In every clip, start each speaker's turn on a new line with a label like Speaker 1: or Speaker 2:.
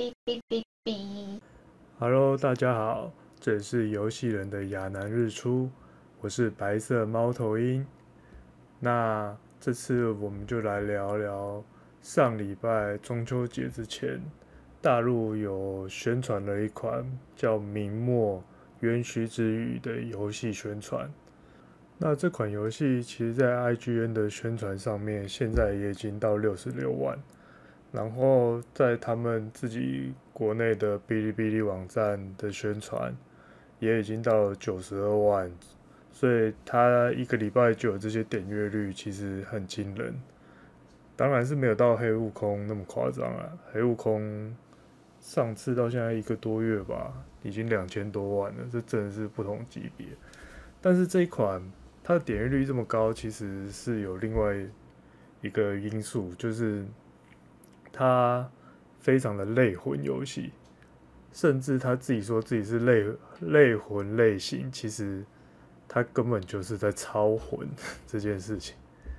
Speaker 1: Hello，大家好，这里是游戏人的亚南日出，我是白色猫头鹰。那这次我们就来聊聊上礼拜中秋节之前，大陆有宣传了一款叫《明末渊虚之语》的游戏宣传。那这款游戏其实在 IGN 的宣传上面，现在也已经到66万。然后在他们自己国内的哔哩哔哩网站的宣传，也已经到了92万，所以它一个礼拜就有这些点阅率，其实很惊人。当然是没有到黑悟空那么夸张啊，黑悟空上次到现在一个多月吧，已经2000多万了，这真的是不同级别。但是这一款它的点阅率这么高，其实是有另外一个因素，就是它非常的类魂游戏，甚至他自己说自己是类魂类型，其实他根本就是在抄魂这件事情。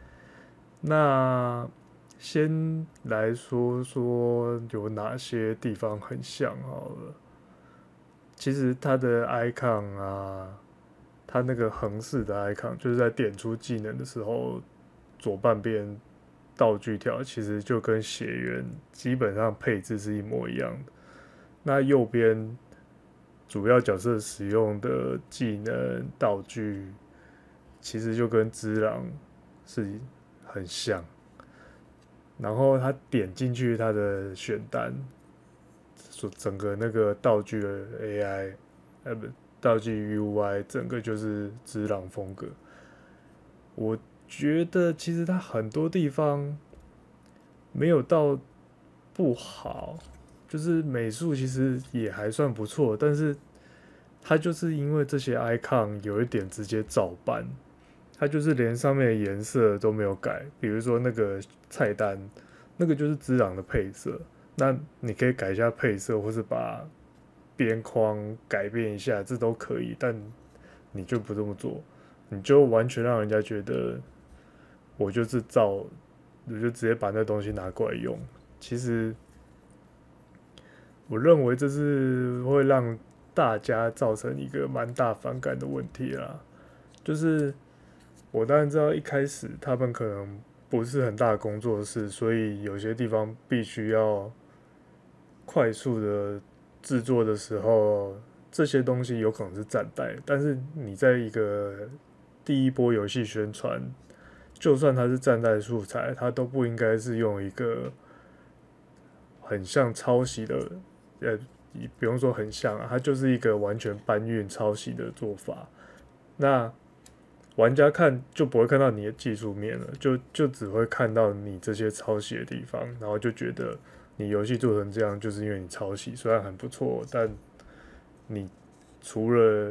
Speaker 1: 那先来说说有哪些地方很像好了。其实它的 icon 啊，它那个横式的 icon，就是在点出技能的时候，左半边道具条其实就跟血缘基本上配置是一模一样的。那右边主要角色使用的技能道具，其实就跟只狼是很像。然后他点进去他的选单，整个那个道具的 AI，不，道具 UI，整个就是只狼风格。我觉得其实它很多地方没有到不好，就是美术其实也还算不错，但是它就是因为这些 icon 有一点直接照搬，它就是连上面的颜色都没有改，比如说那个菜单，那个就是之朗的配色，那你可以改一下配色，或是把边框改变一下，这都可以，但你就不这么做，你就完全让人家觉得我就是照，我就直接把那东西拿过来用。其实我认为这是会让大家造成一个蛮大反感的问题啦。就是我当然知道一开始他们可能不是很大的工作室，所以有些地方必须要快速的制作的时候，这些东西有可能是暂代。但是你在一个第一波游戏宣传，就算它是暂代素材，它都不应该是用一个很像抄袭的，呃，不用说很像啊，它就是一个完全搬运抄袭的做法。那玩家看就不会看到你的技术面了，就只会看到你这些抄袭的地方，然后就觉得你游戏做成这样，就是因为你抄袭，虽然很不错，但你除了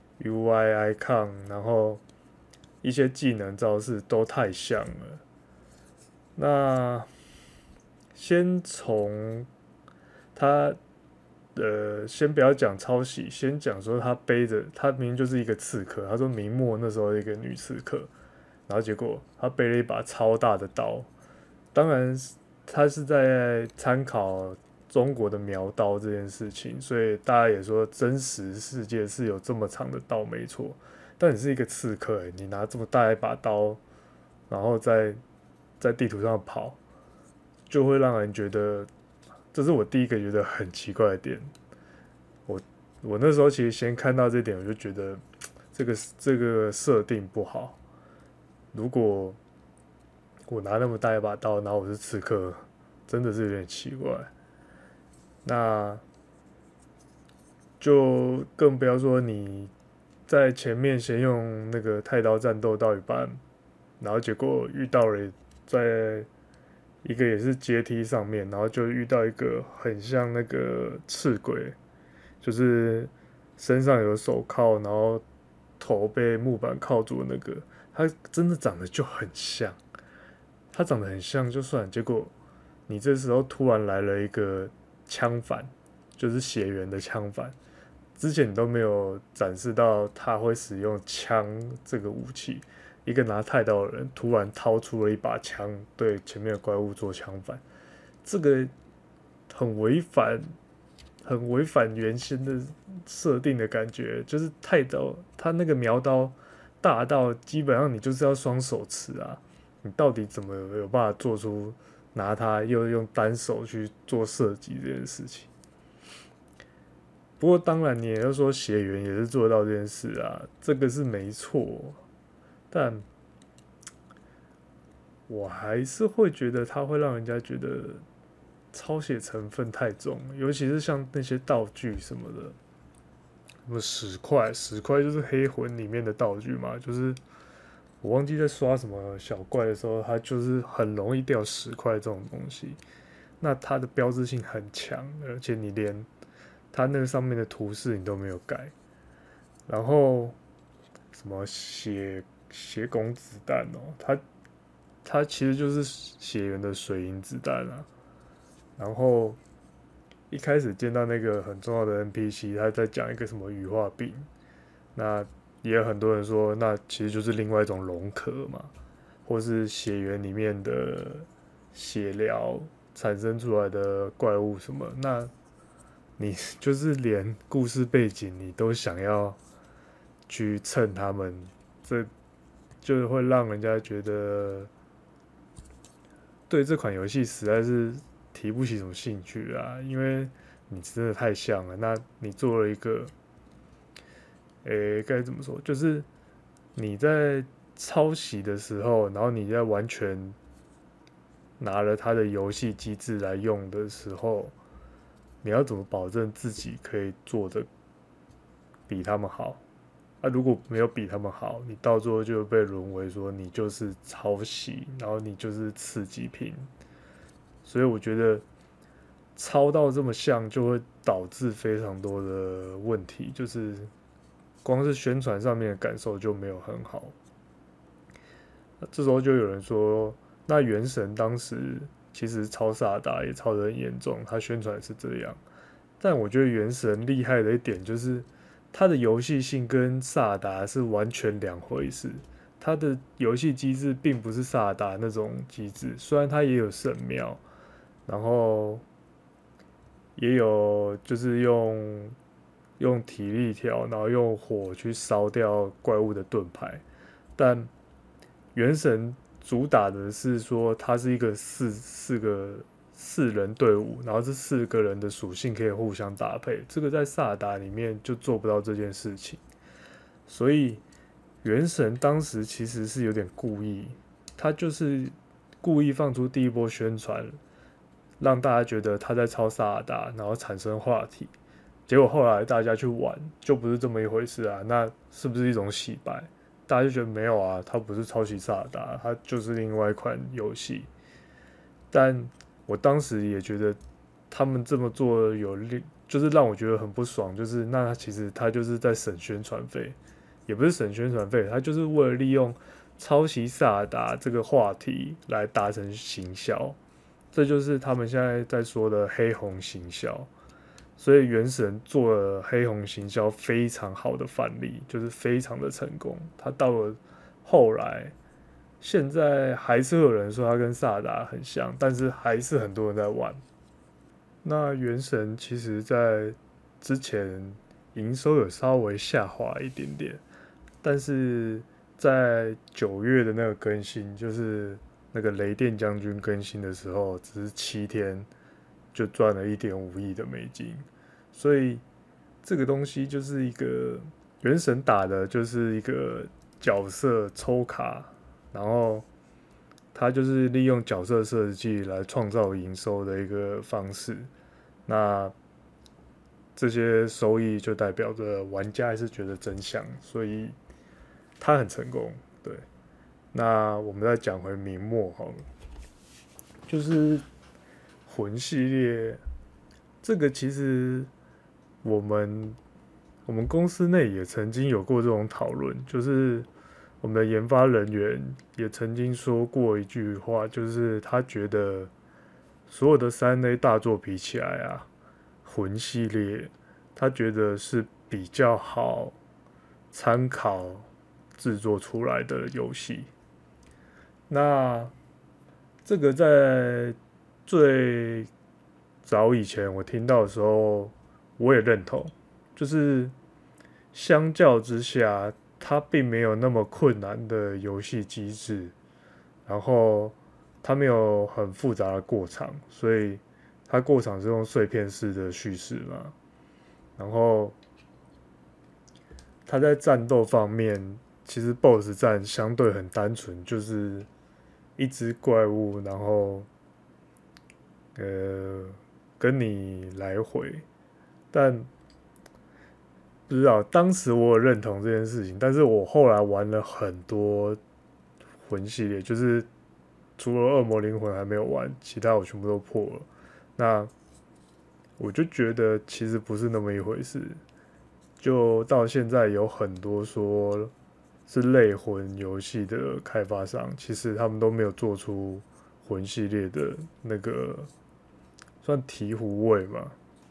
Speaker 1: UI icon，然后一些技能招式都太像了。那先从他先不要讲抄袭，先讲说他背着，他明明就是一个刺客。他说明末那时候一个女刺客，然后结果他背了一把超大的刀。当然，他是在参考中国的苗刀这件事情，所以大家也说真实世界是有这么长的刀没错。但你是一个刺客，你拿这么大一把刀，然后在地图上跑，就会让人觉得，这是我第一个觉得很奇怪的点。我我那时候其实先看到这点，我就觉得这个设定不好。如果我拿那么大一把刀，然后我是刺客，真的是有点奇怪。那就更不要说你在前面先用那个太刀战斗到一半，然后结果遇到了在一个也是阶梯上面，然后就遇到一个很像那个赤鬼，就是身上有手铐，然后头被木板铐住的那个，他真的长得就很像。他长得很像就算，结果你这时候突然来了一个枪反，就是血缘的枪反，之前你都没有展示到他会使用枪这个武器。一个拿太刀的人突然掏出了一把枪，对前面的怪物做枪反，这个很违反很违反原先的设定的感觉，就是太刀，他那个苗刀大到基本上你就是要双手持啊，你到底怎么有办法做出拿它又用单手去做射击这件事情？不过当然你也要说血缘也是做得到这件事啊，这个是没错，但我还是会觉得它会让人家觉得抄写成分太重，尤其是像那些道具什么的，什么石块就是黑魂里面的道具嘛，就是我忘记在刷什么小怪的时候，它就是很容易掉石块这种东西。那它的标志性很强，而且你连它那个上面的图示你都没有改，然后什么血拱子弹哦，它其实就是血缘的水银子弹啊。然后一开始见到那个很重要的 NPC，他在讲一个什么羽化病，那也有很多人说，那其实就是另外一种龙壳嘛，或是血缘里面的血疗产生出来的怪物什么。那你就是连故事背景你都想要去蹭他们，这就会让人家觉得对这款游戏实在是提不起什么兴趣啊，因为你真的太像了。那你做了一个，该怎么说？就是你在抄袭的时候，然后你在完全拿了它的游戏机制来用的时候，你要怎么保证自己可以做的比他们好？那、如果没有比他们好，你到最后就会被沦为说你就是抄袭，然后你就是次级品。所以我觉得抄到这么像，就会导致非常多的问题，就是光是宣传上面的感受就没有很好。这时候就有人说，那原神当时其实抄萨达也抄得很严重，他宣传是这样。但我觉得原神厉害的一点就是，它的游戏性跟萨达是完全两回事。它的游戏机制并不是萨达那种机制，虽然它也有神庙，然后也有就是用体力条，然后用火去烧掉怪物的盾牌，但原神主打的是说它是一个四人队伍，然后这4个人的属性可以互相搭配，这个在萨达里面就做不到这件事情，所以原神当时其实是有点故意，他就是故意放出第一波宣传，让大家觉得他在抄萨达，然后产生话题。结果后来大家去玩，就不是这么一回事啊。那是不是一种洗白？大家就觉得没有啊，他不是抄袭萨达，他就是另外一款游戏。但我当时也觉得他们这么做就是让我觉得很不爽，就是那其实他就是在省宣传费，也不是省宣传费，他就是为了利用抄袭萨达这个话题来达成行销，这就是他们现在在说的黑红行销。所以原神做了黑红行销非常好的范例，就是非常的成功。他到了后来，现在还是有人说他跟萨达很像，但是还是很多人在玩。那原神其实在之前营收有稍微下滑一点点，但是在9月的那个更新，就是那个雷电将军更新的时候，只是7天就赚了1.5亿的美金，所以这个东西就是一个原神打的，就是一个角色抽卡，然后它就是利用角色设计来创造营收的一个方式。那这些收益就代表着玩家还是觉得真相，所以它很成功。对，那我们再讲回明末好了，就是魂系列这个其实我们我们公司内也曾经有过这种讨论，就是我们的研发人员也曾经说过一句话，就是他觉得所有的3A 大作比起来啊，魂系列他觉得是比较好参考制作出来的游戏。那这个在最早以前我听到的时候， 我也认同，就是相较之下，它并没有那么困难的游戏机制，然后它没有很复杂的过场，所以它过场是用碎片式的叙事嘛，然后它在战斗方面，其实 BOSS 战相对很单纯，就是一只怪物，然后跟你来回，但不知道当时我有认同这件事情，但是我后来玩了很多魂系列，就是除了恶魔灵魂还没有玩，其他我全部都破了。那我就觉得其实不是那么一回事。就到现在有很多说是类魂游戏的开发商，其实他们都没有做出魂系列的那个算醍醐味嘛。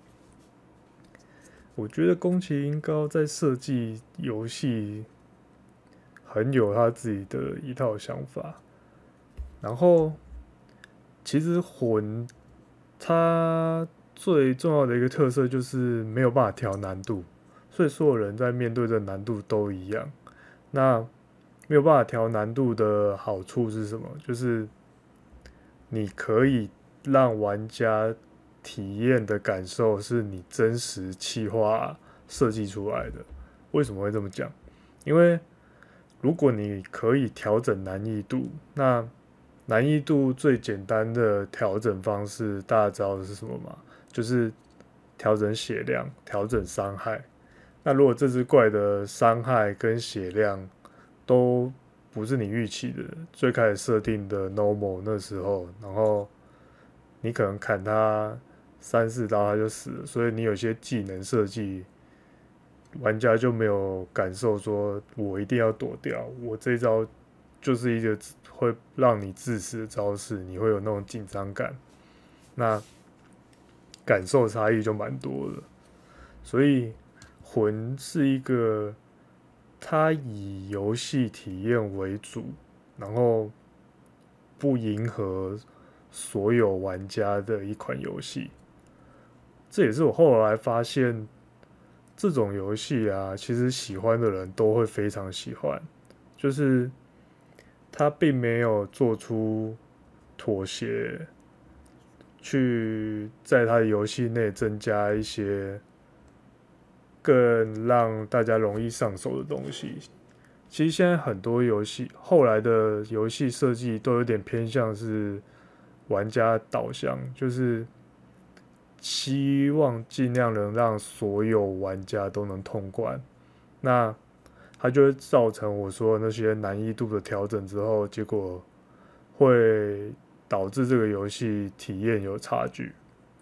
Speaker 1: 我觉得宫崎英高在设计游戏很有他自己的一套想法，然后其实魂它最重要的一个特色就是没有办法调难度，所以所有人在面对的难度都一样。那没有办法调难度的好处是什么？就是你可以让玩家体验的感受是你真实企划设计出来的。为什么会这么讲？因为如果你可以调整难易度，那难易度最简单的调整方式，大家知道是什么吗？就是调整血量，调整伤害。那如果这只怪的伤害跟血量都不是你预期的，最开始设定的 normal 那时候，然后你可能砍他3、4刀他就死了，所以你有些技能设计，玩家就没有感受说我一定要躲掉，我这一招就是一个会让你致死的招式，你会有那种紧张感，那感受差异就蛮多的。所以魂是一个它以游戏体验为主，然后不迎合所有玩家的一款游戏。这也是我后来发现，这种游戏啊，其实喜欢的人都会非常喜欢，就是它并没有做出妥协，去在它的游戏内增加一些更让大家容易上手的东西。其实现在很多游戏后来的游戏设计都有点偏向是玩家导向，就是希望尽量能让所有玩家都能通关。那它就会造成我说的那些难易度的调整之后，结果会导致这个游戏体验有差距。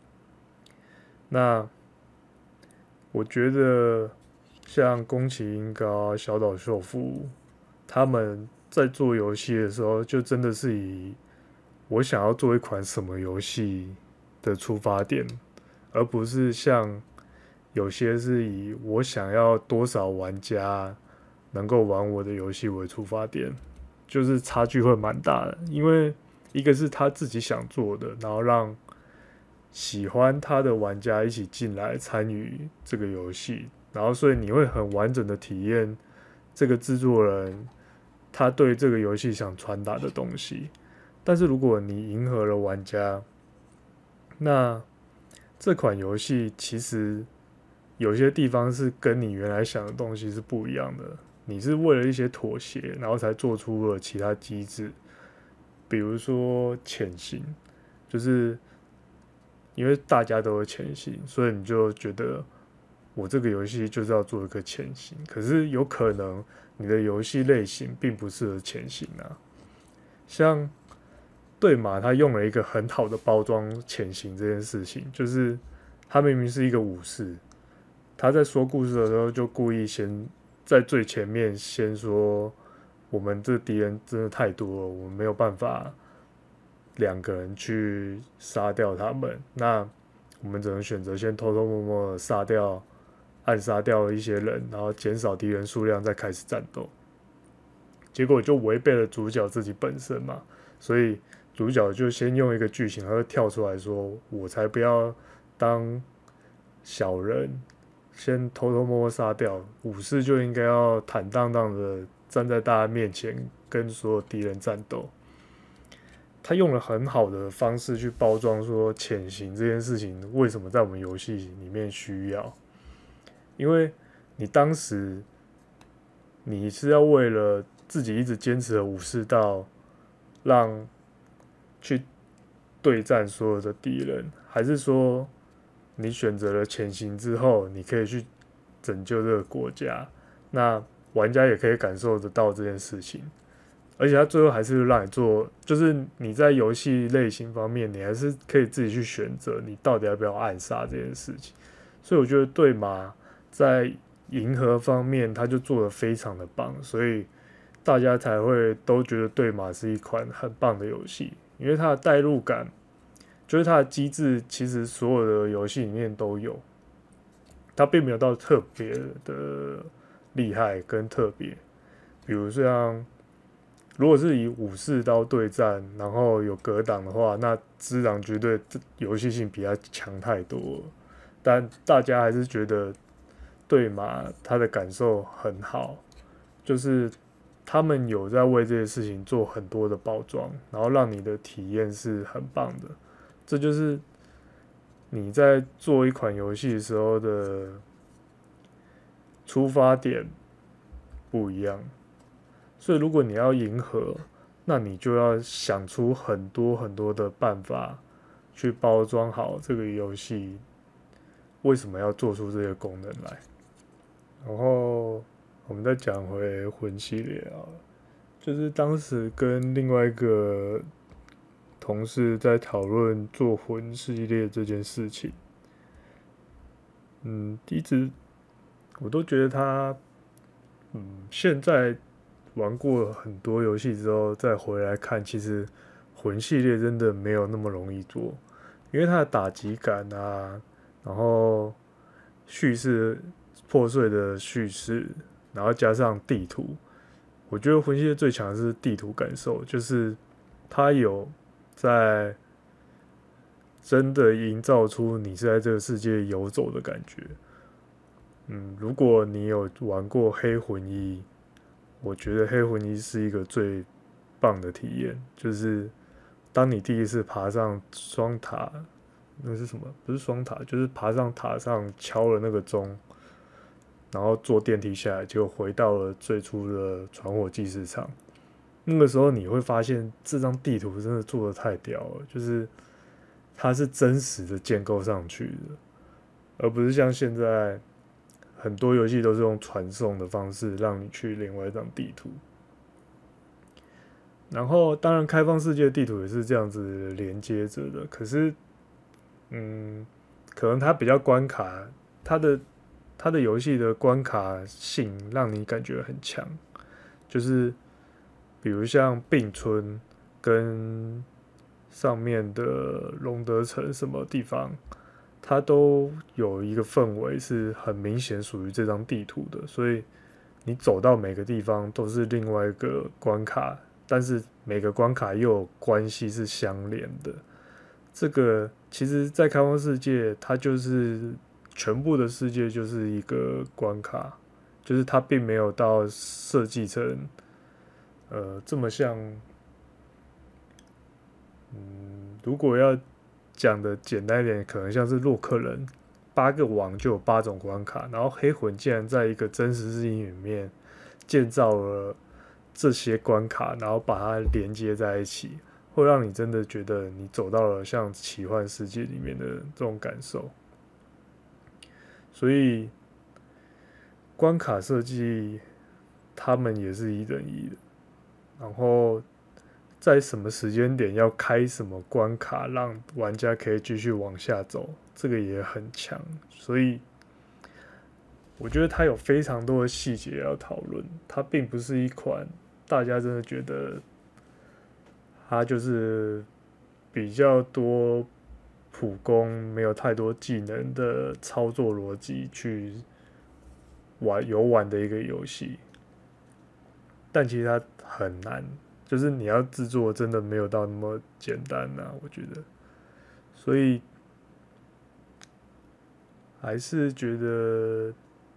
Speaker 1: 那我觉得像宫崎英高、小岛秀夫他们在做游戏的时候，就真的是以我想要做一款什么游戏的出发点，而不是像有些是以我想要多少玩家能够玩我的游戏为出发点，就是差距会蛮大的。因为一个是他自己想做的，然后让喜欢他的玩家一起进来参与这个游戏，然后所以你会很完整的体验这个制作人他对这个游戏想传达的东西。但是如果你迎合了玩家，那这款游戏其实有些地方是跟你原来想的东西是不一样的，你是为了一些妥协，然后才做出了其他机制，比如说潜行，就是因为大家都有潜行，所以你就觉得我这个游戏就是要做一个潜行，可是有可能你的游戏类型并不适合潜行啊，像对马他用了一个很好的包装潜行这件事情，就是他明明是一个武士，他在说故事的时候就故意先在最前面先说，我们这敌人真的太多了，我们没有办法2个人去杀掉他们，那我们只能选择先偷偷摸摸的杀掉、暗杀掉一些人，然后减少敌人数量，再开始战斗。结果就违背了主角自己本身嘛，所以主角就先用一个剧情，他会跳出来说："我才不要当小人先偷偷摸摸杀掉，武士就应该要坦荡荡的站在大家面前跟所有敌人战斗。他用了很好的方式去包装说潜行这件事情为什么在我们游戏里面需要，因为你当时你是要为了自己一直坚持的武士道，让去对战所有的敌人，还是说你选择了潜行之后，你可以去拯救这个国家？那玩家也可以感受得到这件事情。而且他最后还是让你做，就是你在游戏类型方面，你还是可以自己去选择你到底要不要暗杀这件事情。所以我觉得对马在银河方面，他就做得非常的棒，所以大家才会都觉得对马是一款很棒的游戏，因为它的代入感，就是它的机制，其实所有的游戏里面都有，它并没有到特别的厉害跟特别，比如像。如果是以武士刀对战，然后有格挡的话，那之狼绝对游戏性比它强太多了。但大家还是觉得对马他的感受很好，就是他们有在为这些事情做很多的包装，然后让你的体验是很棒的。这就是你在做一款游戏的时候的出发点不一样。所以如果你要迎合，那你就要想出很多很多的办法去包装好这个游戏为什么要做出这些功能来。然后我们再讲回魂系列啊，就是当时跟另外一个同事在讨论做魂系列这件事情，一直我都觉得他，现在玩过很多游戏之后再回来看，其实魂系列真的没有那么容易做，因为它的打击感啊，然后叙事破碎的叙事，然后加上地图，我觉得魂系列最强的是地图感受，就是它有在真的营造出你是在这个世界游走的感觉。如果你有玩过黑魂一，我觉得黑魂一是一个最棒的体验，就是当你第一次爬上双塔，那是什么？不是双塔，就是爬上塔上敲了那个钟，然后坐电梯下来，结果回到了最初的传火祭祀场。那个时候你会发现，这张地图真的做的太屌了，就是它是真实的建构上去的，而不是像现在很多游戏都是用传送的方式让你去另外一张地图。然后，当然，开放世界的地图也是这样子连接着的。可是，可能它比较关卡，它的它的游戏的关卡性让你感觉很强，就是比如像并村跟上面的隆德城什么地方，它都有一个氛围是很明显属于这张地图的，所以你走到每个地方都是另外一个关卡，但是每个关卡又有关系是相连的。这个其实，在开放世界，它就是全部的世界就是一个关卡，就是它并没有到设计成这么像，如果要讲的简单一点，可能像是洛克人8个王就有8种关卡，然后黑魂竟然在一个真实世界里面建造了这些关卡，然后把它连接在一起，会让你真的觉得你走到了像奇幻世界里面的这种感受。所以关卡设计他们也是一等一的，然后在什么时间点要开什么关卡，让玩家可以继续往下走，这个也很强。所以我觉得它有非常多的细节要讨论，它并不是一款大家真的觉得它就是比较多普攻，没有太多技能的操作逻辑去游玩的一个游戏。但其实它很难，就是你要制作真的没有到那么简单啊，我觉得。所以还是觉得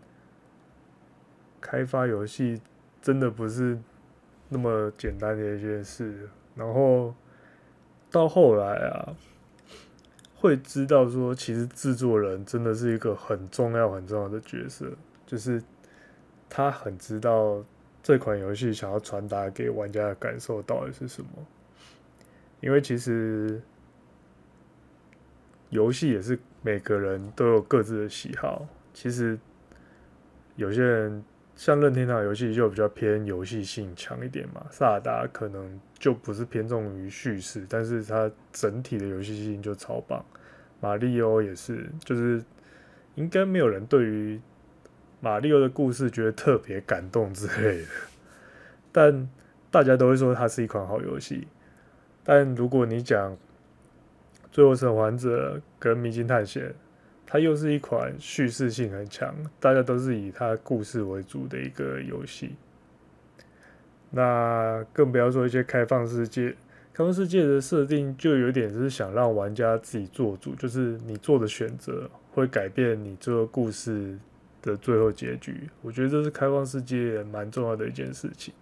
Speaker 1: 开发游戏真的不是那么简单的一件事。然后到后来啊，会知道说，其实制作人真的是一个很重要、很重要的角色，就是他很知道这款游戏想要传达给玩家的感受到底是什么。因为其实游戏也是每个人都有各自的喜好，其实有些人像任天堂游戏就比较偏游戏性强一点嘛，萨尔达可能就不是偏重于叙事，但是它整体的游戏性就超棒。马里奥也是，就是应该没有人对于马里奥的故事觉得特别感动之类的，但大家都会说它是一款好游戏。但如果你讲《最后生还者》跟《迷津探险》，它又是一款叙事性很强，大家都是以它故事为主的一个游戏。那更不要说一些开放世界，开放世界的设定就有点是想让玩家自己做主，就是你做的选择会改变你这个故事的最后结局。我觉得这是开放世界蛮重要的一件事情。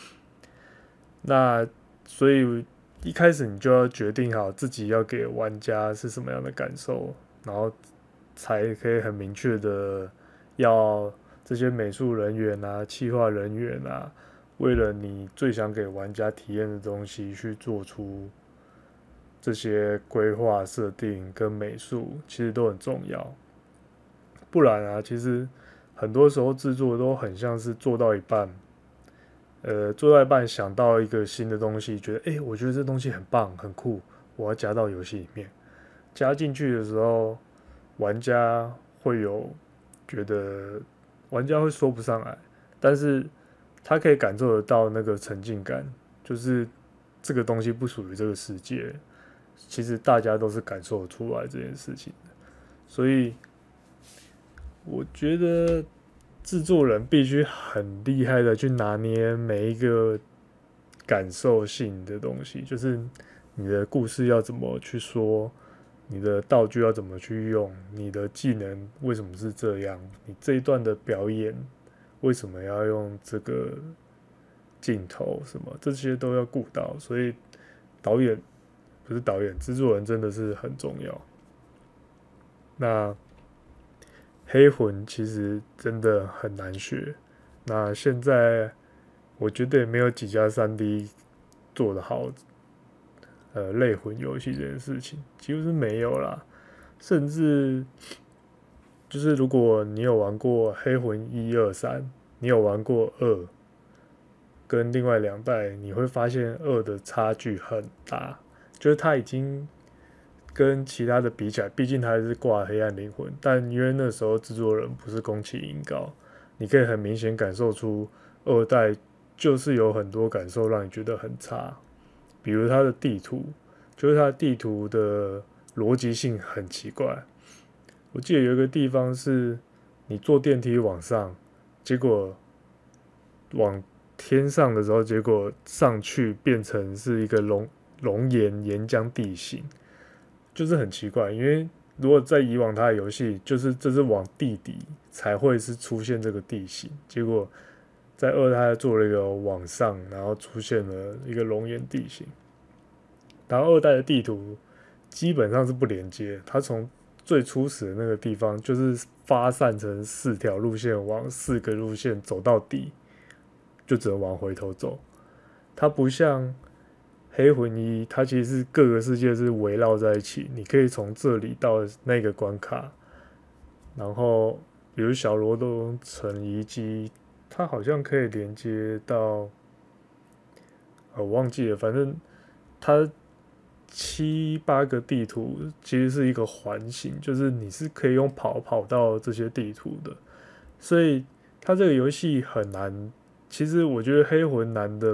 Speaker 1: 那所以一开始你就要决定好自己要给玩家是什么样的感受，然后才可以很明确的要这些美术人员啊、企划人员啊，为了你最想给玩家体验的东西去做出这些规划、设定跟美术，其实都很重要。不然啊，其实很多时候制作都很像是做到一半，做到一半想到一个新的东西，觉得我觉得这东西很棒、很酷，我要加到游戏里面。加进去的时候，玩家会有觉得，玩家会说不上来，但是他可以感受得到那个沉浸感，就是这个东西不属于这个世界，其实大家都是感受得出来这件事情的。所以我觉得制作人必须很厉害的去拿捏每一个感受性的东西，就是你的故事要怎么去说，你的道具要怎么去用，你的技能为什么是这样，你这一段的表演为什么要用这个镜头什么，这些都要顾到。所以导演不是导演，制作人真的是很重要。那黑魂其实真的很难学，那现在我觉得也没有几家3D 做得好，类魂游戏这件事情几乎是没有啦。甚至就是如果你有玩过黑魂1、2、3，你有玩过2跟另外2代，你会发现2的差距很大，就是它已经跟其他的比起来，毕竟它还是挂黑暗灵魂，但因为那时候制作人不是宫崎英高，你可以很明显感受出2代就是有很多感受让你觉得很差，比如它的地图，就是它的地图的逻辑性很奇怪。我记得有一个地方是你坐电梯往上，结果往天上的时候，结果上去变成是一个熔岩浆地形，就是很奇怪。因为如果在以往它的游戏，就是这是往地底才会是出现这个地形，结果在2代做了一个往上，然后出现了一个熔岩地形。然后2代的地图基本上是不连接，它从最初始的那个地方就是发散成4条路线，往4个路线走到底，就只能往回头走。它不像黑魂1，它其实是各个世界是围绕在一起，你可以从这里到那个关卡，然后比如小罗洞城遗迹，它好像可以连接到，我忘记了，反正它7、8个地图其实是一个环形，就是你是可以用跑到这些地图的，所以它这个游戏很难。其实我觉得黑魂难的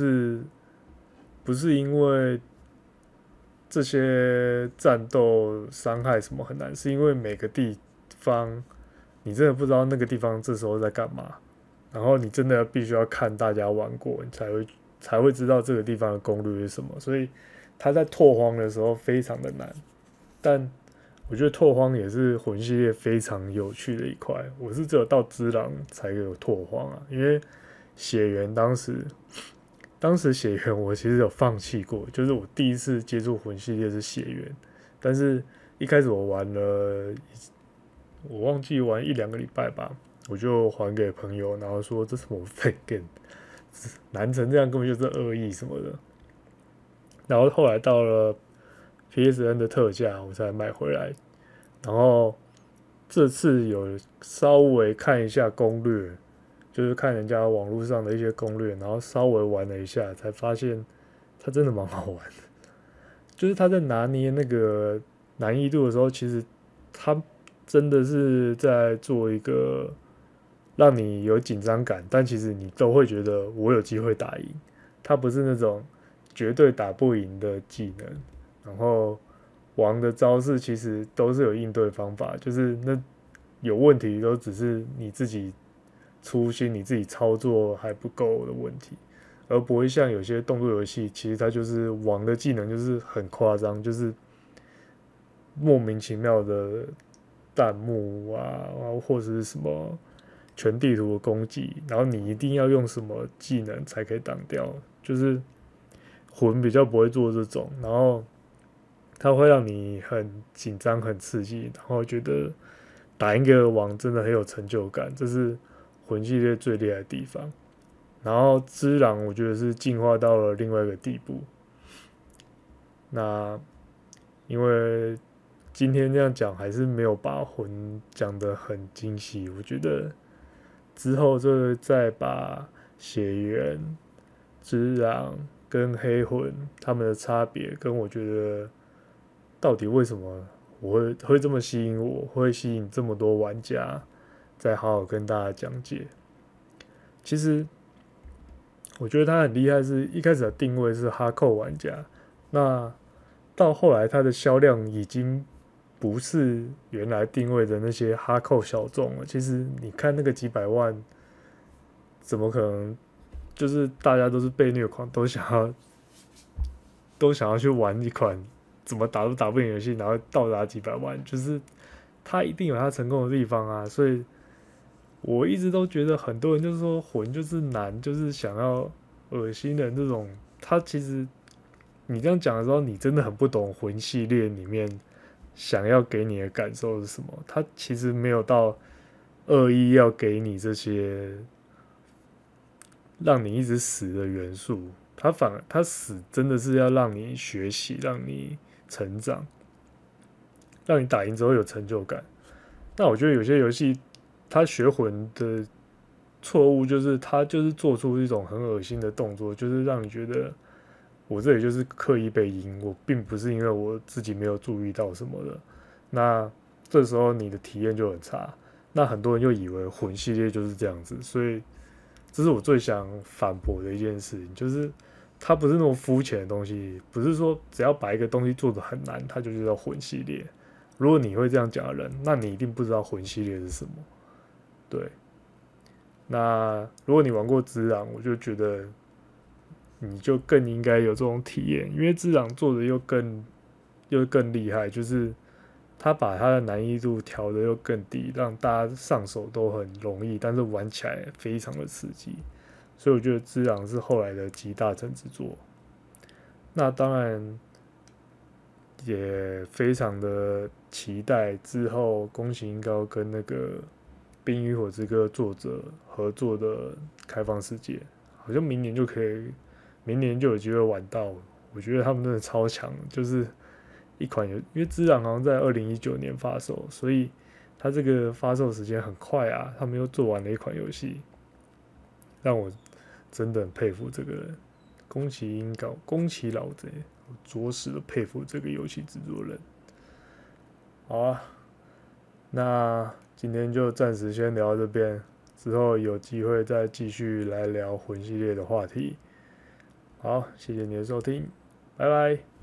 Speaker 1: 不是因为这些战斗伤害什么很难，是因为每个地方你真的不知道那个地方这时候在干嘛，然后你真的必须要看大家玩过，你才会知道这个地方的攻略是什么，所以它在拓荒的时候非常的难。但我觉得拓荒也是魂系列非常有趣的一块。我是只有到之狼才有拓荒啊，因为血缘当时血缘我其实有放弃过，就是我第一次接触魂系列是血缘，但是一开始我玩了，我忘记玩1-2个礼拜吧，我就还给朋友，然后说这是我废 game，难成这样根本就是恶意什么的。然后后来到了 PSN 的特价，我才买回来。然后这次有稍微看一下攻略，就是看人家网络上的一些攻略，然后稍微玩了一下，才发现它真的蛮好玩的。就是他在拿捏那个难易度的时候，其实他真的是在做一个让你有紧张感，但其实你都会觉得我有机会打赢。它不是那种绝对打不赢的技能，然后王的招式其实都是有应对方法，就是那有问题都只是你自己粗心，你自己操作还不够的问题，而不会像有些动作游戏，其实它就是王的技能就是很夸张，就是莫名其妙的弹幕啊，或者是什么全地图的攻击，然后你一定要用什么技能才可以挡掉，就是魂比较不会做这种，然后它会让你很紧张、很刺激，然后觉得打一个王真的很有成就感，这是魂系列最厉害的地方。然后之狼我觉得是进化到了另外一个地步。那因为今天这样讲还是没有把魂讲得很精细，我觉得之后就再把血缘、之狼跟黑魂他们的差别，跟我觉得到底为什么我会这么吸引我，会吸引这么多玩家，再好好跟大家讲解。其实我觉得他很厉害，是一开始的定位是哈扣玩家，那到后来它的销量已经不是原来定位的那些哈扣小众了。其实你看那个几百万，怎么可能？就是大家都是被虐狂，都想要去玩一款怎么打都打不赢游戏，然后到达几百万，就是它一定有它成功的地方啊。所以我一直都觉得很多人就是说魂就是难，就是想要恶心的那种。它其实你这样讲的时候，你真的很不懂魂系列里面想要给你的感受是什么。它其实没有到恶意要给你这些让你一直死的元素，它反而它死真的是要让你学习，让你成长，让你打赢之后有成就感。那我觉得有些游戏它学魂的错误就是它就是做出一种很恶心的动作，就是让你觉得我这里就是刻意被赢，我并不是因为我自己没有注意到什么的。那这时候你的体验就很差。那很多人就以为魂系列就是这样子，所以这是我最想反驳的一件事情，就是它不是那种肤浅的东西，不是说只要把一个东西做得很难，它就叫魂系列。如果你会这样讲的人，那你一定不知道魂系列是什么。对，那如果你玩过《只狼》，我就觉得你就更应该有这种体验，因为《只狼》做的又更厉害，就是他把它的难易度调的又更低，让大家上手都很容易，但是玩起来非常的刺激。所以我觉得《只狼》是后来的集大成之作。那当然也非常的期待之后宫崎英高跟那个《冰与火之歌》作者合作的开放世界，好像明年就可以，明年就有机会玩到。我觉得他们真的超强，就是一款因为《只狼》好像在2019年发售，所以它这个发售时间很快啊，他们又做完了一款游戏，让我真的很佩服这个人，宫崎英高，宫崎老贼，我着实的佩服这个游戏制作人。好啊，那今天就暂时先聊到这边，之后有机会再继续来聊魂系列的话题。好，谢谢你的收听，拜拜。